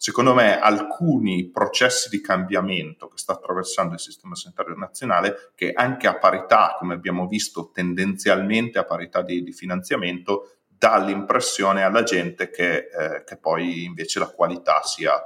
secondo me alcuni processi di cambiamento che sta attraversando il sistema sanitario nazionale, che anche a parità, come abbiamo visto tendenzialmente a parità di finanziamento, dà l'impressione alla gente che poi invece la qualità sia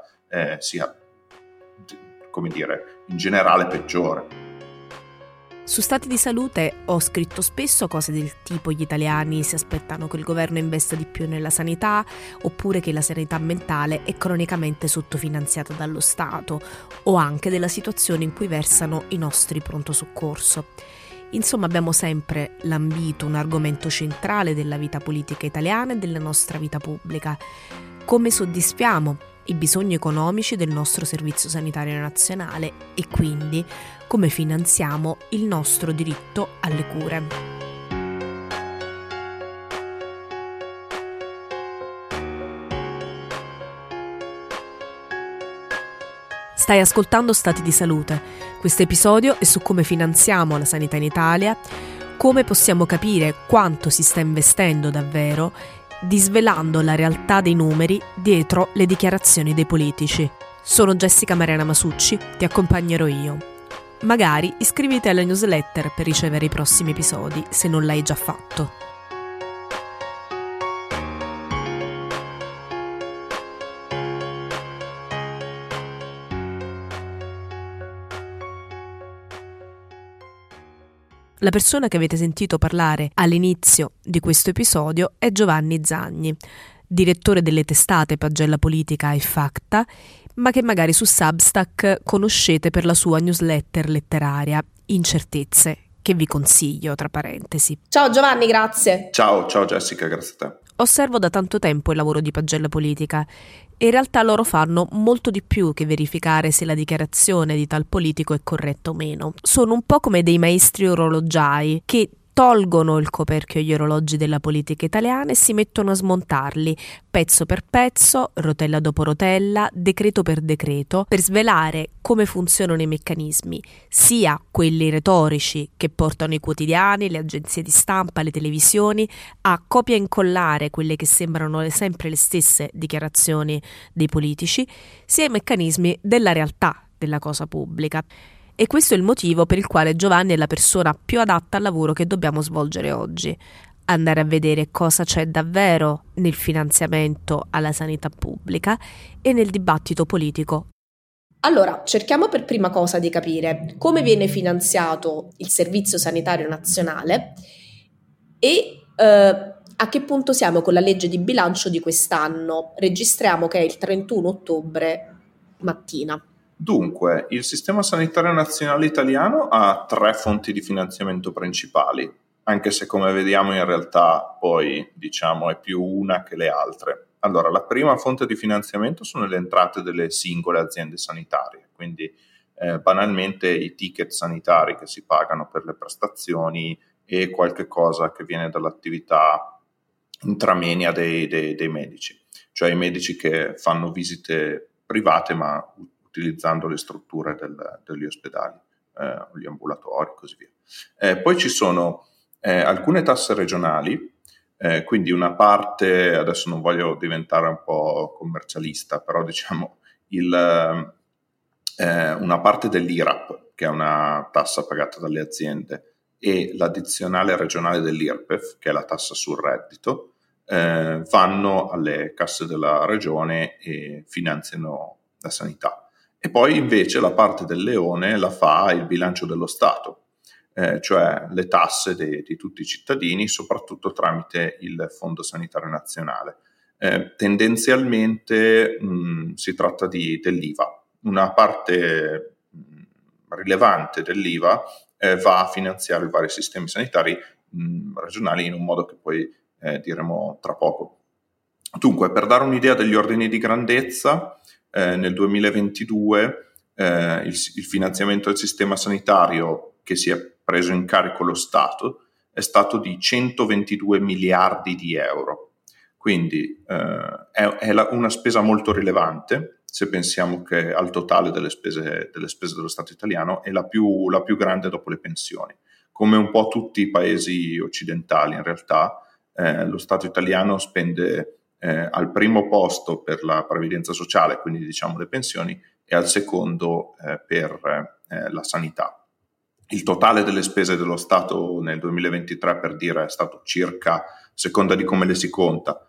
come dire, in generale peggiore. Su Stati di Salute ho scritto spesso cose del tipo: gli italiani si aspettano che il governo investa di più nella sanità, oppure che la sanità mentale è cronicamente sottofinanziata dallo Stato, o anche della situazione in cui versano i nostri pronto soccorso. Insomma, abbiamo sempre lambito un argomento centrale della vita politica italiana e della nostra vita pubblica: come soddisfiamo i bisogni economici del nostro Servizio Sanitario Nazionale e quindi come finanziamo il nostro diritto alle cure. Stai ascoltando Stati di Salute. Questo episodio è su come finanziamo la sanità in Italia, come possiamo capire quanto si sta investendo davvero, disvelando la realtà dei numeri dietro le dichiarazioni dei politici. Sono Jessica Mariana Masucci, ti accompagnerò io. Magari iscriviti alla newsletter per ricevere i prossimi episodi, se non l'hai già fatto. La persona che avete sentito parlare all'inizio di questo episodio è Giovanni Zagni, direttore delle testate Pagella Politica e Facta, ma che magari su Substack conoscete per la sua newsletter letteraria Incertezze, che vi consiglio, tra parentesi. Ciao Giovanni, grazie. Ciao Jessica, grazie a te. Osservo da tanto tempo il lavoro di Pagella Politica e in realtà loro fanno molto di più che verificare se la dichiarazione di tal politico è corretta o meno. Sono un po' come dei maestri orologiai che tolgono il coperchio agli orologi della politica italiana e si mettono a smontarli pezzo per pezzo, rotella dopo rotella, decreto per decreto, per svelare come funzionano i meccanismi, sia quelli retorici che portano i quotidiani, le agenzie di stampa, le televisioni a copia e incollare quelle che sembrano sempre le stesse dichiarazioni dei politici, sia i meccanismi della realtà della cosa pubblica. E questo è il motivo per il quale Giovanni è la persona più adatta al lavoro che dobbiamo svolgere oggi: andare a vedere cosa c'è davvero nel finanziamento alla sanità pubblica e nel dibattito politico. Allora, cerchiamo per prima cosa di capire come viene finanziato il Servizio Sanitario Nazionale e a che punto siamo con la legge di bilancio di quest'anno. Registriamo che è il 31 ottobre mattina. Dunque, il Sistema Sanitario Nazionale Italiano ha 3 fonti di finanziamento principali, anche se come vediamo in realtà poi è più una che le altre. Allora, la prima fonte di finanziamento sono le entrate delle singole aziende sanitarie, quindi banalmente i ticket sanitari che si pagano per le prestazioni e qualche cosa che viene dall'attività intramenia dei medici, cioè i medici che fanno visite private ma utilizzando le strutture degli ospedali, gli ambulatori e così via. Poi ci sono alcune tasse regionali, quindi una parte, adesso non voglio diventare un po' commercialista, però una parte dell'IRAP, che è una tassa pagata dalle aziende, e l'addizionale regionale dell'IRPEF, che è la tassa sul reddito, vanno alle casse della regione e finanziano la sanità. E poi invece la parte del leone la fa il bilancio dello Stato, cioè le tasse di tutti i cittadini, soprattutto tramite il Fondo Sanitario Nazionale. Tendenzialmente si tratta dell'IVA. Una parte rilevante dell'IVA va a finanziare i vari sistemi sanitari regionali in un modo che poi diremo tra poco. Dunque, per dare un'idea degli ordini di grandezza, nel 2022 il finanziamento del sistema sanitario che si è preso in carico lo Stato è stato di 122 miliardi di euro, quindi è una spesa molto rilevante se pensiamo che al totale delle spese dello Stato italiano è la più grande dopo le pensioni. Come un po' tutti i paesi occidentali in realtà, lo Stato italiano spende al primo posto per la previdenza sociale, quindi diciamo le pensioni, e al secondo per la sanità. Il totale delle spese dello Stato nel 2023, per dire, è stato circa, a seconda di come le si conta,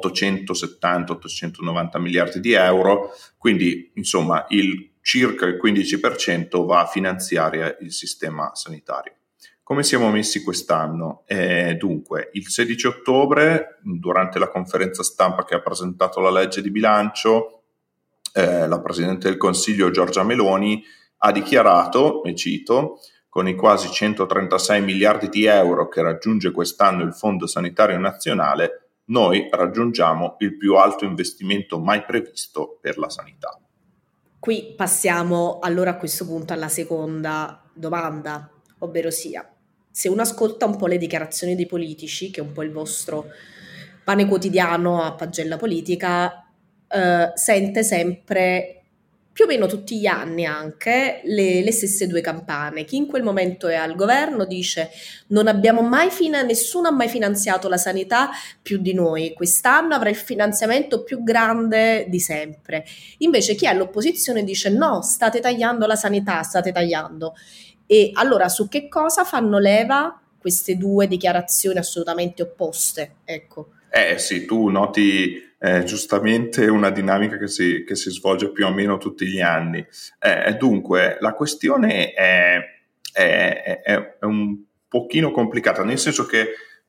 870-890 miliardi di euro, quindi insomma circa il 15% va a finanziare il sistema sanitario. Come siamo messi quest'anno? Dunque, il 16 ottobre, durante la conferenza stampa che ha presentato la legge di bilancio, la Presidente del Consiglio Giorgia Meloni ha dichiarato, e cito, con i quasi 136 miliardi di euro che raggiunge quest'anno il Fondo Sanitario Nazionale, noi raggiungiamo il più alto investimento mai previsto per la sanità. Qui passiamo allora a questo punto alla seconda domanda, ovvero sia, se uno ascolta un po' le dichiarazioni dei politici, che è un po' il vostro pane quotidiano a Pagella Politica, sente sempre, più o meno tutti gli anni anche, le stesse due campane. Chi in quel momento è al governo dice non abbiamo mai nessuno ha mai finanziato la sanità più di noi, quest'anno avrà il finanziamento più grande di sempre. Invece chi è all'opposizione dice no, state tagliando la sanità, state tagliando. E allora su che cosa fanno leva queste due dichiarazioni assolutamente opposte? Ecco. Sì, tu noti giustamente una dinamica che si svolge più o meno tutti gli anni. Dunque, la questione è un pochino complicata, nel senso che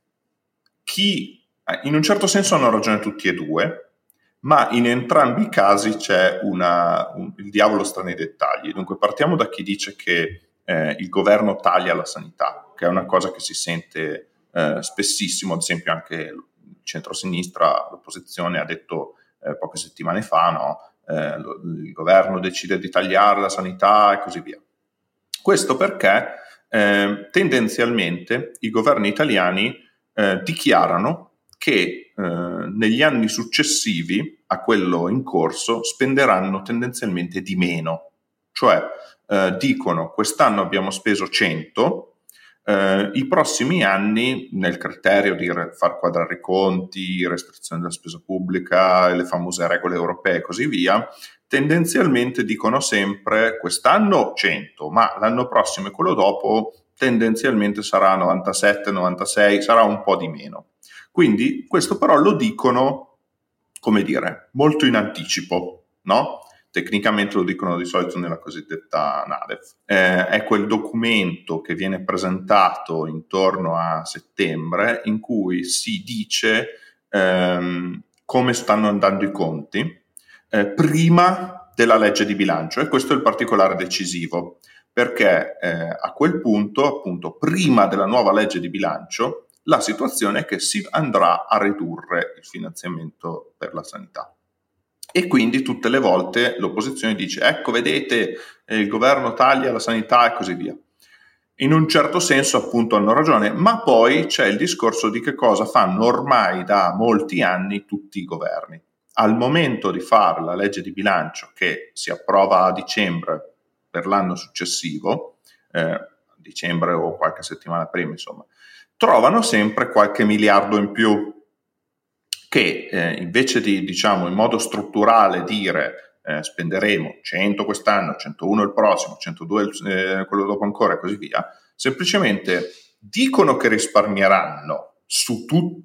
in un certo senso hanno ragione tutti e due, ma in entrambi i casi c'è il diavolo sta nei dettagli. Dunque, partiamo da chi dice che il governo taglia la sanità, che è una cosa che si sente spessissimo, ad esempio anche il centrosinistra, l'opposizione, ha detto poche settimane fa, no? Il governo decide di tagliare la sanità e così via. Questo perché tendenzialmente i governi italiani dichiarano che negli anni successivi a quello in corso spenderanno tendenzialmente di meno, cioè dicono quest'anno abbiamo speso 100, i prossimi anni, nel criterio di far quadrare i conti, restrizione della spesa pubblica, le famose regole europee e così via, tendenzialmente dicono sempre quest'anno 100, ma l'anno prossimo e quello dopo tendenzialmente sarà 97, 96, sarà un po' di meno. Quindi questo però lo dicono, come dire, molto in anticipo, no? Tecnicamente lo dicono di solito nella cosiddetta NADEF. È quel documento che viene presentato intorno a settembre in cui si dice come stanno andando i conti prima della legge di bilancio, e questo è il particolare decisivo, perché a quel punto, appunto, prima della nuova legge di bilancio, la situazione è che si andrà a ridurre il finanziamento per la sanità. E quindi tutte le volte l'opposizione dice ecco vedete il governo taglia la sanità e così via. In un certo senso appunto hanno ragione, ma poi c'è il discorso di che cosa fanno ormai da molti anni tutti i governi. Al momento di fare la legge di bilancio che si approva a dicembre per l'anno successivo, dicembre o qualche settimana prima insomma, trovano sempre qualche miliardo in più, che invece di, diciamo, in modo strutturale dire spenderemo 100 quest'anno, 101 il prossimo, 102 quello dopo ancora e così via, semplicemente dicono che risparmieranno su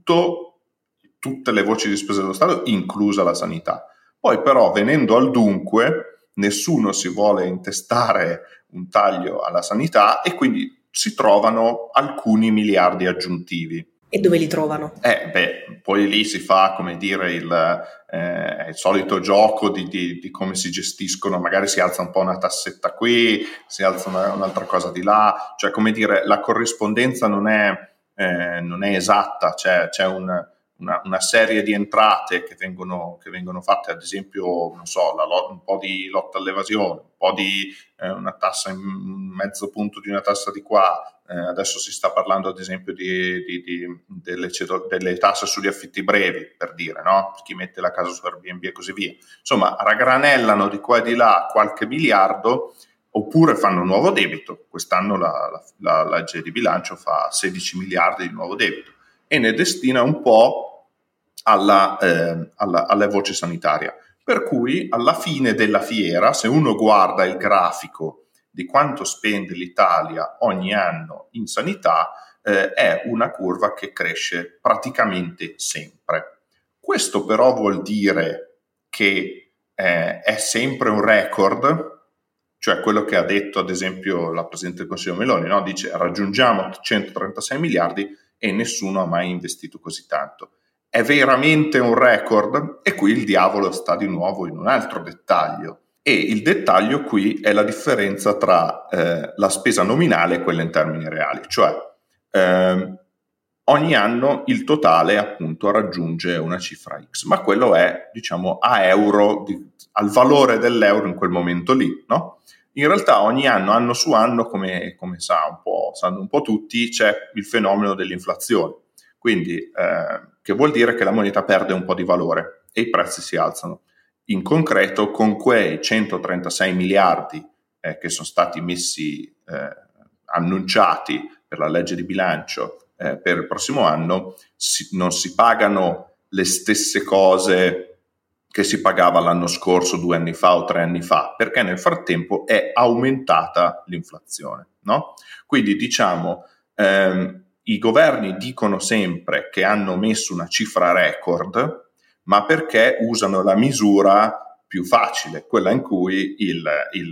tutte le voci di spesa dello Stato, inclusa la sanità. Poi però, venendo al dunque, nessuno si vuole intestare un taglio alla sanità e quindi si trovano alcuni miliardi aggiuntivi. E dove li trovano? Poi lì si fa, come dire, il solito gioco di come si gestiscono, magari si alza un po' una tassetta qui, si alza un'altra cosa di là, cioè come dire, la corrispondenza non è esatta, c'è una serie di entrate che vengono fatte, ad esempio, non so, un po' di lotta all'evasione, un po' di una tassa, mezzo punto di una tassa di qua. Adesso si sta parlando ad esempio delle tasse sugli affitti brevi, per dire, no? Chi mette la casa su Airbnb e così via. Insomma, raggranellano di qua e di là qualche miliardo, oppure fanno nuovo debito. Quest'anno la legge di bilancio fa 16 miliardi di nuovo debito e ne destina un po' alla voce sanitaria. Per cui alla fine della fiera, se uno guarda il grafico di quanto spende l'Italia ogni anno in sanità, è una curva che cresce praticamente sempre. Questo però vuol dire che è sempre un record, cioè quello che ha detto ad esempio la Presidente del Consiglio Meloni, no? Dice raggiungiamo 136 miliardi e nessuno ha mai investito così tanto. È veramente un record? E qui il diavolo sta di nuovo in un altro dettaglio. E il dettaglio qui è la differenza tra la spesa nominale e quella in termini reali, cioè ogni anno il totale appunto raggiunge una cifra X, ma quello è diciamo a euro, al valore dell'euro in quel momento lì, no? In realtà ogni anno su anno, come sanno un po' tutti, c'è il fenomeno dell'inflazione, quindi che vuol dire che la moneta perde un po' di valore e i prezzi si alzano. In concreto, con quei 136 miliardi che sono stati annunciati per la legge di bilancio per il prossimo anno, non si pagano le stesse cose che si pagava l'anno scorso, 2 anni fa o 3 anni fa, perché nel frattempo è aumentata l'inflazione, no? Quindi diciamo i governi dicono sempre che hanno messo una cifra record, ma perché usano la misura più facile, quella in cui il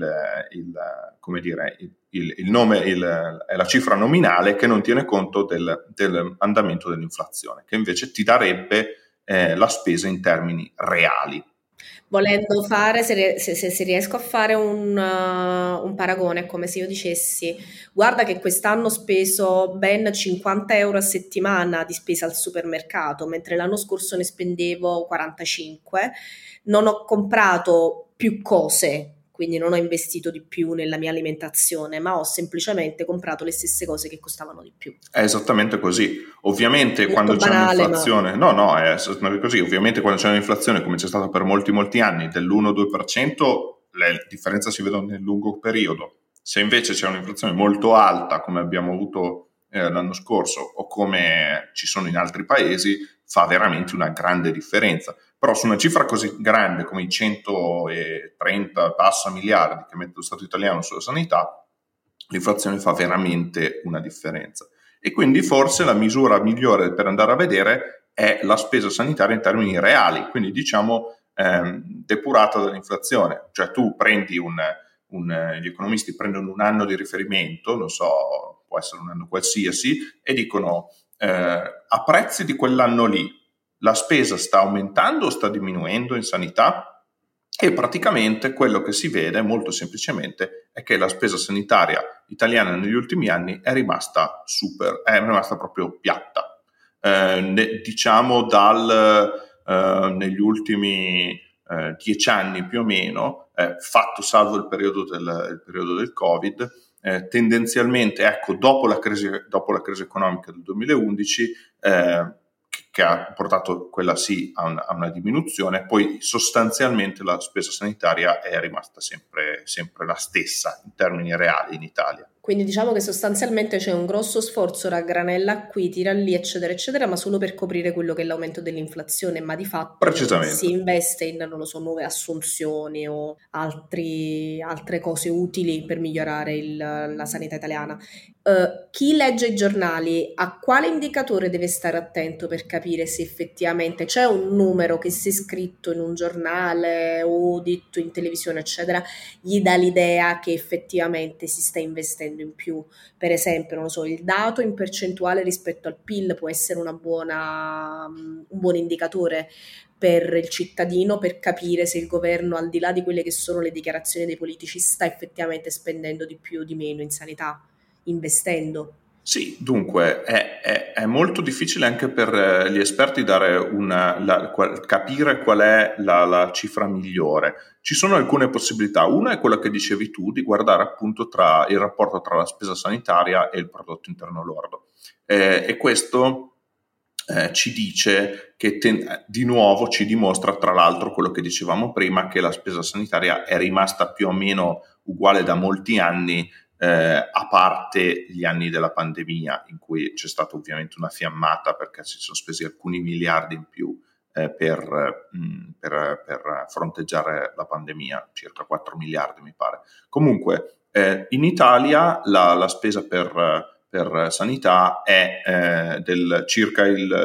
nome è la cifra nominale che non tiene conto dell'andamento dell'inflazione, che invece ti darebbe la spesa in termini reali. Volendo fare, se riesco a fare un paragone, è come se io dicessi: guarda che quest'anno ho speso ben 50 euro a settimana di spesa al supermercato, mentre l'anno scorso ne spendevo 45, non ho comprato più cose, quindi non ho investito di più nella mia alimentazione, ma ho semplicemente comprato le stesse cose che costavano di più. È esattamente così. Ovviamente Molto quando banale, c'è un'inflazione, no, è esattamente così. Ovviamente quando c'è un'inflazione, come c'è stata per molti anni, dell'1-2%, le differenze si vedono nel lungo periodo. Se invece c'è un'inflazione molto alta, come abbiamo avuto l'anno scorso, o come ci sono in altri paesi, fa veramente una grande differenza. Però su una cifra così grande come i 130 passa miliardi che mette lo Stato italiano sulla sanità, l'inflazione fa veramente una differenza. E quindi forse la misura migliore per andare a vedere è la spesa sanitaria in termini reali, quindi diciamo depurata dall'inflazione. Cioè tu prendi gli economisti prendono un anno di riferimento, non so, può essere un anno qualsiasi, e dicono a prezzi di quell'anno lì la spesa sta aumentando o sta diminuendo in sanità? E praticamente quello che si vede molto semplicemente è che la spesa sanitaria italiana negli ultimi anni è rimasta proprio piatta. Diciamo negli ultimi 10 anni più o meno, fatto salvo il periodo del Covid, tendenzialmente, ecco, dopo la crisi economica del 2011, che ha portato quella sì a una diminuzione, poi sostanzialmente la spesa sanitaria è rimasta sempre la stessa in termini reali in Italia. Quindi diciamo che sostanzialmente c'è un grosso sforzo raggranella qui, tira lì, eccetera, eccetera, ma solo per coprire quello che è l'aumento dell'inflazione, ma di fatto si investe in, non lo so, nuove assunzioni o altre cose utili per migliorare la sanità italiana. Chi legge i giornali, a quale indicatore deve stare attento per capire se effettivamente c'è un numero che se scritto in un giornale o detto in televisione, eccetera, gli dà l'idea che effettivamente si sta investendo in più? Per esempio, non lo so, il dato in percentuale rispetto al PIL può essere un buon indicatore per il cittadino per capire se il governo, al di là di quelle che sono le dichiarazioni dei politici, sta effettivamente spendendo di più o di meno in sanità, investendo. Sì, dunque è molto difficile anche per gli esperti capire qual è la cifra migliore. Ci sono alcune possibilità. Una è quella che dicevi tu, di guardare appunto tra il rapporto tra la spesa sanitaria e il prodotto interno lordo. E questo ci dice che di nuovo ci dimostra, tra l'altro, quello che dicevamo prima, che la spesa sanitaria è rimasta più o meno uguale da molti anni, a parte gli anni della pandemia, in cui c'è stata ovviamente una fiammata perché si sono spesi alcuni miliardi in più per fronteggiare la pandemia, circa 4 miliardi mi pare. Comunque in Italia la spesa per sanità è del circa il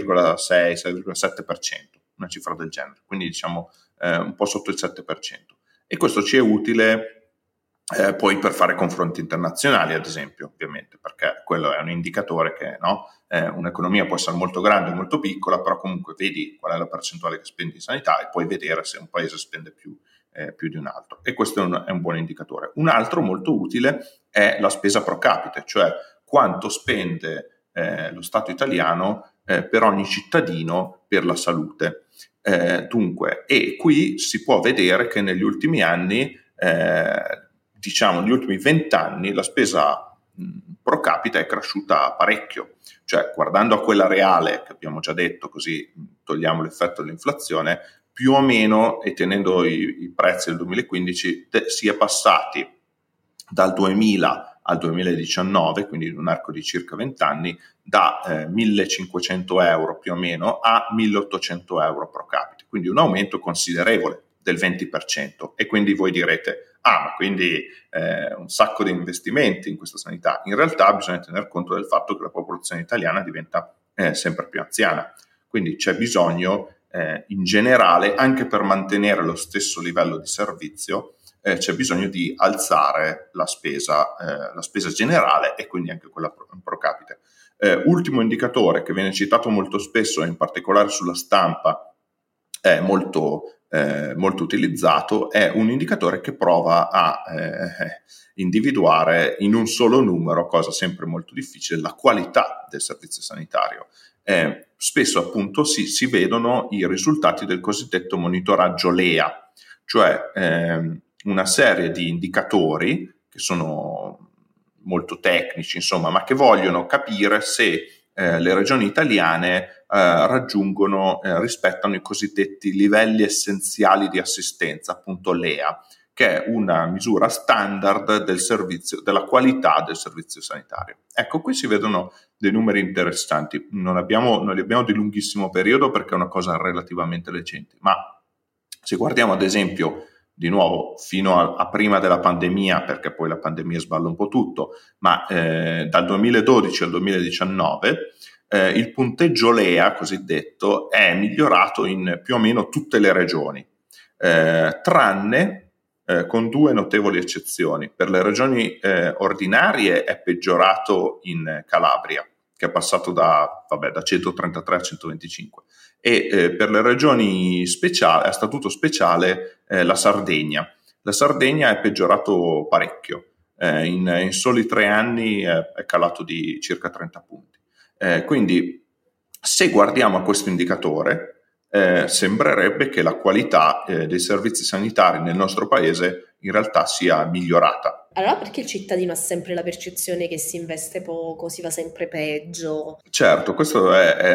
6,6-6,7%, una cifra del genere, quindi diciamo un po' sotto il 7%. E questo ci è utile poi per fare confronti internazionali, ad esempio, ovviamente, perché quello è un indicatore che un'economia può essere molto grande o molto piccola, però comunque vedi qual è la percentuale che spendi in sanità e puoi vedere se un paese spende più di un altro. E questo è un buon indicatore. Un altro molto utile è la spesa pro capite, cioè quanto spende lo Stato italiano per ogni cittadino per la salute. Dunque, e qui si può vedere che negli ultimi anni, negli ultimi 20 anni, la spesa pro capite è cresciuta parecchio, cioè guardando a quella reale, che abbiamo già detto, così togliamo l'effetto dell'inflazione, più o meno, e tenendo i prezzi del 2015, si è passati dal 2000 al 2019, quindi in un arco di circa 20 anni, da 1.500 euro più o meno a 1.800 euro pro capite, quindi un aumento considerevole del 20%. E quindi voi direte, ma quindi un sacco di investimenti in questa sanità. In realtà bisogna tener conto del fatto che la popolazione italiana diventa sempre più anziana, quindi c'è bisogno in generale, anche per mantenere lo stesso livello di servizio, c'è bisogno di alzare la spesa generale e quindi anche quella pro capite. Ultimo indicatore che viene citato molto spesso, in particolare sulla stampa, è molto utilizzato, è un indicatore che prova a individuare in un solo numero, cosa sempre molto difficile, la qualità del servizio sanitario. Spesso appunto si vedono i risultati del cosiddetto monitoraggio LEA, cioè una serie di indicatori che sono molto tecnici, insomma, ma che vogliono capire se le regioni italiane rispettano i cosiddetti livelli essenziali di assistenza, appunto LEA, che è una misura standard del servizio, della qualità del servizio sanitario. Ecco, qui si vedono dei numeri interessanti. Non li abbiamo di lunghissimo periodo perché è una cosa relativamente recente, ma se guardiamo ad esempio di nuovo fino a prima della pandemia, perché poi la pandemia sballa un po' tutto, ma dal 2012 al 2019 il punteggio LEA cosiddetto è migliorato in più o meno tutte le regioni, tranne con due notevoli eccezioni. Per le regioni ordinarie è peggiorato in Calabria, che è passato da 133 a 125, e per le regioni a statuto speciale la Sardegna. La Sardegna è peggiorato parecchio, in soli 3 anni è calato di circa 30 punti. Quindi se guardiamo a questo indicatore sembrerebbe che la qualità dei servizi sanitari nel nostro paese in realtà sia migliorata. Allora perché il cittadino ha sempre la percezione che si investe poco, si va sempre peggio? Certo, questa è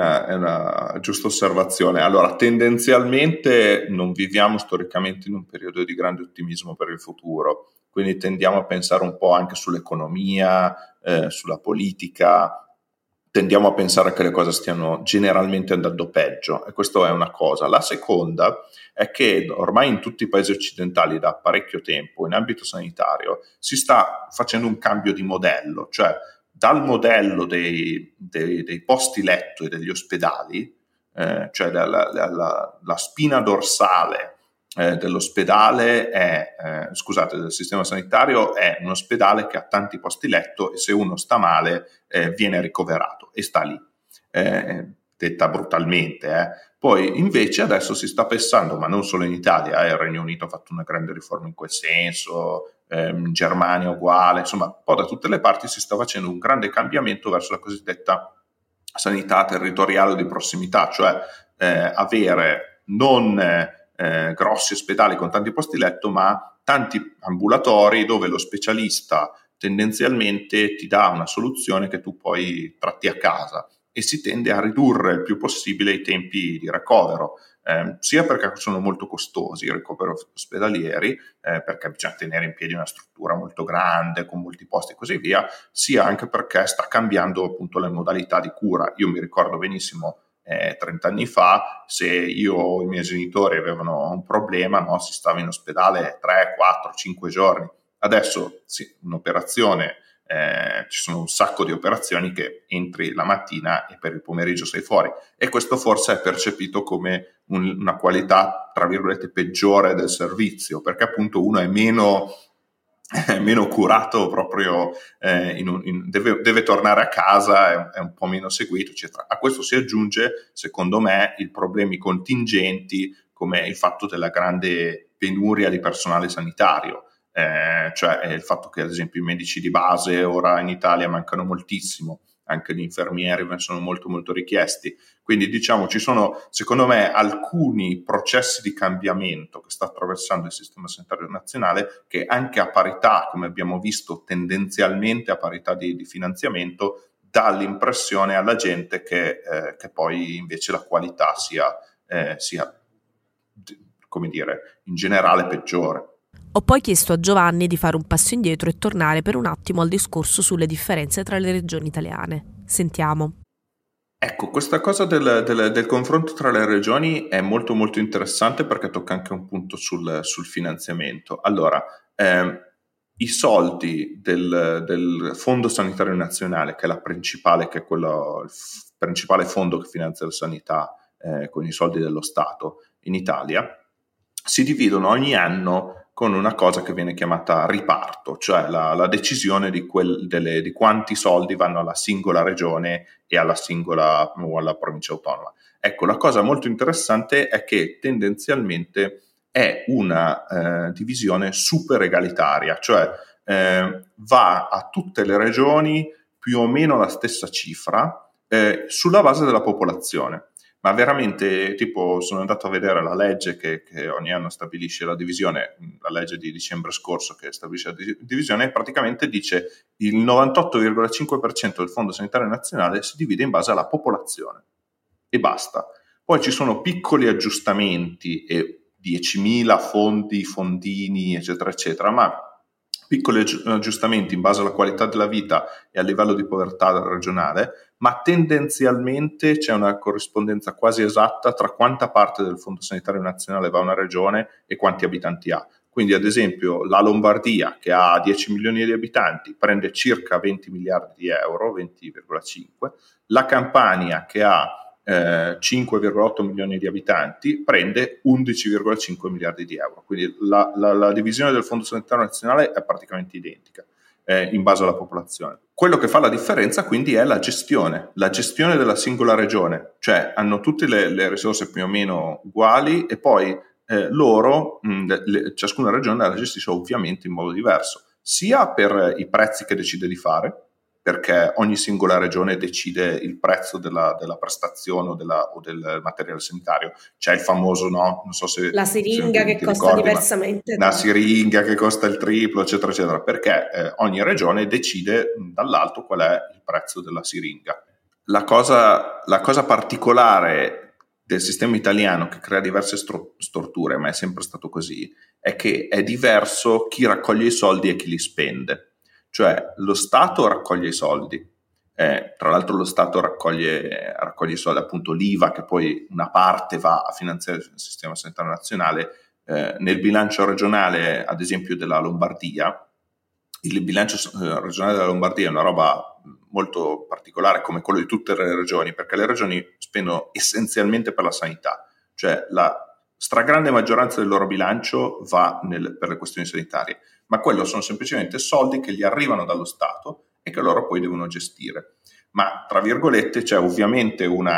una giusta osservazione. Allora, tendenzialmente non viviamo storicamente in un periodo di grande ottimismo per il futuro, quindi tendiamo a pensare un po' anche sull'economia, sulla politica, tendiamo a pensare che le cose stiano generalmente andando peggio, e questa è una cosa. La seconda è che ormai in tutti i paesi occidentali da parecchio tempo in ambito sanitario si sta facendo un cambio di modello, cioè dal modello dei posti letto e degli ospedali, cioè la spina dorsale dell'ospedale del sistema sanitario è un ospedale che ha tanti posti letto e se uno sta male viene ricoverato e sta lì, detta brutalmente. Poi invece adesso si sta pensando, ma non solo in Italia, il Regno Unito ha fatto una grande riforma in quel senso, in Germania uguale, insomma un po' da tutte le parti si sta facendo un grande cambiamento verso la cosiddetta sanità territoriale di prossimità, cioè avere non grossi ospedali con tanti posti letto, ma tanti ambulatori dove lo specialista tendenzialmente ti dà una soluzione che tu poi tratti a casa, e si tende a ridurre il più possibile i tempi di ricovero, sia perché sono molto costosi i ricoveri ospedalieri, perché bisogna tenere in piedi una struttura molto grande con molti posti e così via, sia anche perché sta cambiando appunto le modalità di cura. Io mi ricordo benissimo 30 anni fa, se io o i miei genitori avevano un problema, no, si stava in ospedale 3, 4, 5 giorni. Adesso sì, un'operazione, ci sono un sacco di operazioni che entri la mattina e per il pomeriggio sei fuori, e questo forse è percepito come una qualità, tra virgolette, peggiore del servizio, perché appunto uno è meno curato proprio, deve tornare a casa, è un po' meno seguito, eccetera. A questo si aggiunge, secondo me, i problemi contingenti, come il fatto della grande penuria di personale sanitario, cioè il fatto che ad esempio i medici di base ora in Italia mancano moltissimo, anche gli infermieri sono molto molto richiesti. Quindi diciamo ci sono, secondo me, alcuni processi di cambiamento che sta attraversando il sistema sanitario nazionale, che anche a parità, come abbiamo visto tendenzialmente a parità di finanziamento, dà l'impressione alla gente che poi invece la qualità sia, come dire, in generale peggiore. Ho poi chiesto a Giovanni di fare un passo indietro e tornare per un attimo al discorso sulle differenze tra le regioni italiane. Sentiamo. Ecco, questa cosa del confronto tra le regioni è molto molto interessante, perché tocca anche un punto sul finanziamento. Allora, i soldi del Fondo Sanitario Nazionale, che è il principale fondo che finanzia la sanità con i soldi dello Stato in Italia, si dividono ogni anno con una cosa che viene chiamata riparto, cioè la decisione di quanti soldi vanno alla singola regione e alla singola o alla provincia autonoma. Ecco, la cosa molto interessante è che tendenzialmente è una divisione super egalitaria, cioè va a tutte le regioni più o meno la stessa cifra sulla base della popolazione. Ma veramente, tipo, sono andato a vedere la legge che ogni anno stabilisce la divisione, la legge di dicembre scorso che stabilisce la divisione, e praticamente dice il 98,5% del Fondo Sanitario Nazionale si divide in base alla popolazione e basta. Poi ci sono piccoli aggiustamenti e 10.000 fondini, eccetera, eccetera, ma piccoli aggiustamenti in base alla qualità della vita e al livello di povertà regionale, ma tendenzialmente c'è una corrispondenza quasi esatta tra quanta parte del Fondo Sanitario Nazionale va a una regione e quanti abitanti ha. Quindi ad esempio la Lombardia, che ha 10 milioni di abitanti, prende circa 20 miliardi di euro, 20,5, la Campania, che ha 5,8 milioni di abitanti, prende 11,5 miliardi di euro. Quindi la divisione del Fondo Sanitario Nazionale è praticamente identica in base alla popolazione. Quello che fa la differenza quindi è la gestione della singola regione, cioè hanno tutte le risorse più o meno uguali, e poi ciascuna regione la gestisce ovviamente in modo diverso, sia per i prezzi che decide di fare, perché ogni singola regione decide il prezzo della prestazione o del materiale sanitario. C'è il famoso, no? Non so se la siringa che costa diversamente. La siringa che costa il triplo, eccetera, eccetera, perché ogni regione decide dall'alto qual è il prezzo della siringa. La cosa particolare del sistema italiano, che crea diverse storture, ma è sempre stato così, è che è diverso chi raccoglie i soldi e chi li spende. Cioè lo Stato raccoglie i soldi, tra l'altro lo Stato raccoglie i soldi, appunto l'IVA, che poi una parte va a finanziare il sistema sanitario nazionale. Nel bilancio regionale, ad esempio della Lombardia, il bilancio regionale della Lombardia è una roba molto particolare, come quello di tutte le regioni, perché le regioni spendono essenzialmente per la sanità, cioè la stragrande maggioranza del loro bilancio va per le questioni sanitarie, ma quello sono semplicemente soldi che gli arrivano dallo Stato e che loro poi devono gestire. Ma, tra virgolette, c'è ovviamente un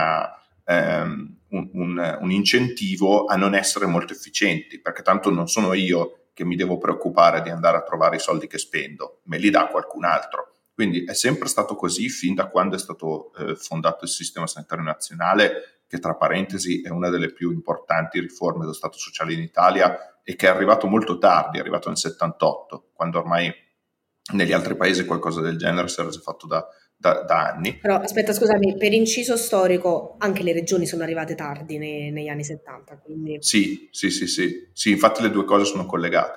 incentivo a non essere molto efficienti, perché tanto non sono io che mi devo preoccupare di andare a trovare i soldi che spendo, me li dà qualcun altro. Quindi è sempre stato così fin da quando è stato fondato il Sistema Sanitario Nazionale, che tra parentesi è una delle più importanti riforme dello Stato sociale in Italia e che è arrivato molto tardi, è arrivato nel 78, quando ormai negli altri paesi qualcosa del genere si era già fatto da anni. Però aspetta, scusami, per inciso storico anche le regioni sono arrivate tardi negli anni 70, quindi... Sì, infatti le due cose sono collegate.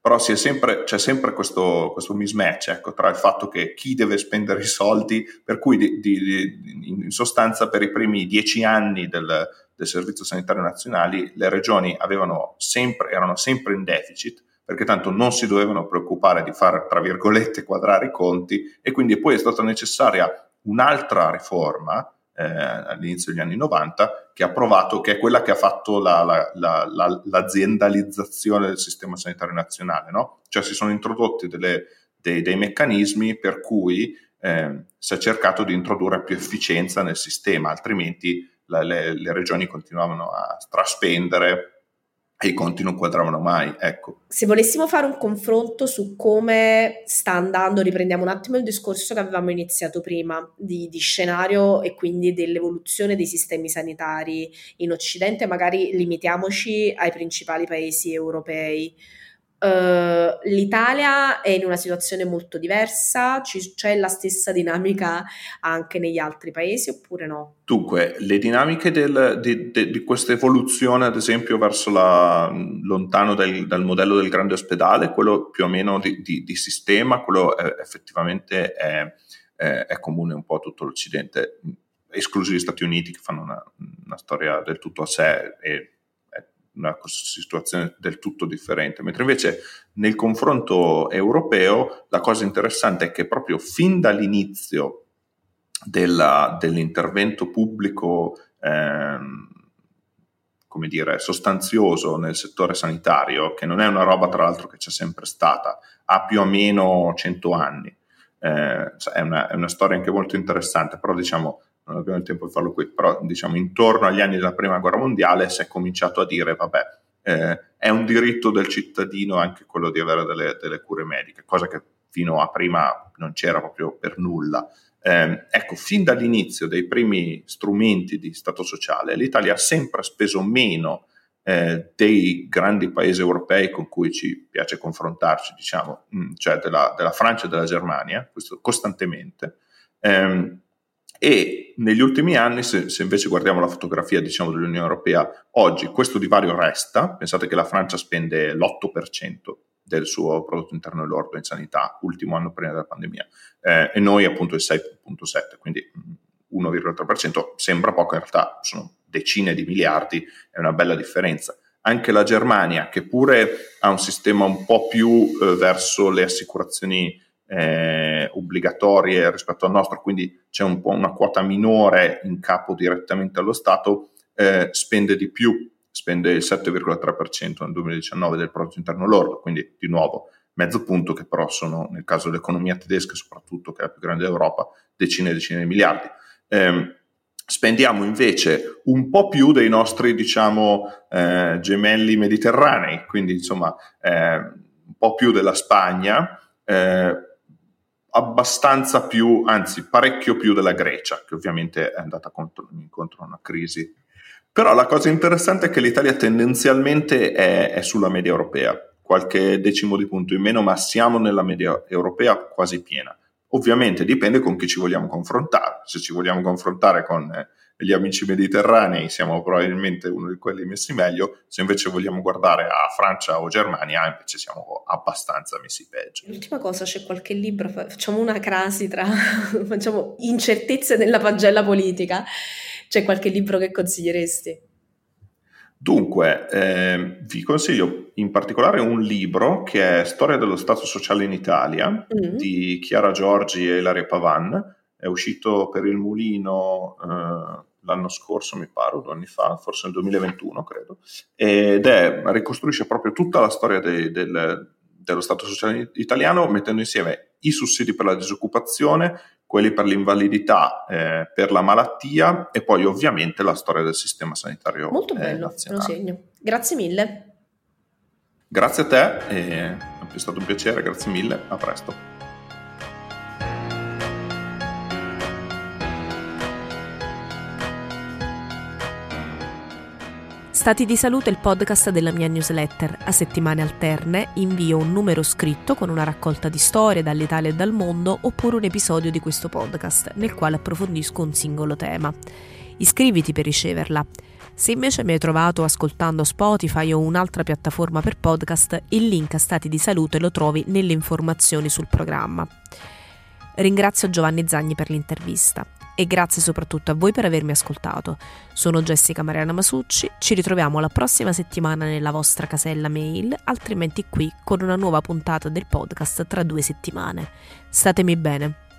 però c'è sempre questo mismatch, ecco, tra il fatto che chi deve spendere i soldi, per cui in sostanza per i primi 10 anni del Servizio Sanitario Nazionale le regioni erano sempre in deficit, perché tanto non si dovevano preoccupare di fare, tra virgolette, quadrare i conti, e quindi poi è stata necessaria un'altra riforma all'inizio degli anni 90 che è quella che ha fatto l'aziendalizzazione del sistema sanitario nazionale, no? Cioè si sono introdotti dei meccanismi per cui si è cercato di introdurre più efficienza nel sistema, altrimenti le regioni continuavano a straspendere e i conti non quadravano mai, ecco. Se volessimo fare un confronto su come sta andando, riprendiamo un attimo il discorso che avevamo iniziato prima di scenario e quindi dell'evoluzione dei sistemi sanitari in Occidente, magari limitiamoci ai principali paesi europei. L'Italia è in una situazione molto diversa, c'è la stessa dinamica anche negli altri paesi oppure no? Dunque, le dinamiche di questa evoluzione, ad esempio, verso lontano dal modello del grande ospedale, quello più o meno di sistema, quello effettivamente è comune un po' a tutto l'Occidente, esclusi gli Stati Uniti che fanno una storia del tutto a sé e una situazione del tutto differente, mentre invece nel confronto europeo la cosa interessante è che proprio fin dall'inizio dell'intervento pubblico come dire sostanzioso nel settore sanitario, che non è una roba tra l'altro che c'è sempre stata, ha più o meno 100 anni, è una storia anche molto interessante, però diciamo non abbiamo il tempo di farlo qui, però diciamo intorno agli anni della Prima Guerra Mondiale si è cominciato a dire è un diritto del cittadino anche quello di avere delle cure mediche, cosa che fino a prima non c'era proprio per nulla. Ecco, fin dall'inizio dei primi strumenti di Stato sociale l'Italia ha sempre speso meno dei grandi paesi europei con cui ci piace confrontarci, diciamo, cioè della Francia e della Germania, questo costantemente. E negli ultimi anni, se invece guardiamo la fotografia, diciamo, dell'Unione Europea oggi, questo divario resta. Pensate che la Francia spende l'8% del suo prodotto interno lordo in sanità, ultimo anno prima della pandemia, e noi appunto il 6,7%, quindi 1,3%, sembra poco, in realtà sono decine di miliardi, è una bella differenza. Anche la Germania, che pure ha un sistema un po' più verso le assicurazioni obbligatorie rispetto al nostro, quindi c'è un po' una quota minore in capo direttamente allo Stato, spende di più, spende il 7,3% nel 2019 del prodotto interno lordo, quindi di nuovo mezzo punto, che però sono, nel caso dell'economia tedesca soprattutto, che è la più grande d'Europa, decine e decine di miliardi. Spendiamo invece un po' più dei nostri, diciamo, gemelli mediterranei, quindi insomma un po' più della Spagna, abbastanza più, anzi parecchio più della Grecia, che ovviamente è andata incontro a una crisi. Però la cosa interessante è che l'Italia tendenzialmente è sulla media europea, qualche decimo di punto in meno, ma siamo nella media europea quasi piena. Ovviamente dipende con chi ci vogliamo confrontare. Se ci vogliamo confrontare con gli amici mediterranei siamo probabilmente uno di quelli messi meglio, se invece vogliamo guardare a Francia o Germania invece siamo abbastanza messi peggio. L'ultima cosa, c'è qualche libro, facciamo una crasi tra facciamo incertezze nella pagella politica, c'è qualche libro che consiglieresti? Dunque, vi consiglio in particolare un libro che è Storia dello Stato Sociale in Italia, di Chiara Giorgi e Ilaria Pavan. È uscito per il Mulino l'anno scorso, mi pare, 2 anni fa, forse nel 2021 credo, ed ricostruisce proprio tutta la storia dello Stato Sociale italiano, mettendo insieme i sussidi per la disoccupazione, quelli per l'invalidità, per la malattia, e poi ovviamente la storia del sistema sanitario molto bello, nazionale. lo segno. Grazie mille. Grazie a te, è stato un piacere, grazie mille, a presto. Stati di Salute è il podcast della mia newsletter. A settimane alterne invio un numero scritto con una raccolta di storie dall'Italia e dal mondo, oppure un episodio di questo podcast nel quale approfondisco un singolo tema. Iscriviti per riceverla. Se invece mi hai trovato ascoltando Spotify o un'altra piattaforma per podcast, il link a Stati di Salute lo trovi nelle informazioni sul programma. Ringrazio Giovanni Zagni per l'intervista e grazie soprattutto a voi per avermi ascoltato. Sono Jessica Mariana Masucci, ci ritroviamo la prossima settimana nella vostra casella mail, altrimenti qui con una nuova puntata del podcast tra 2 settimane. Statemi bene.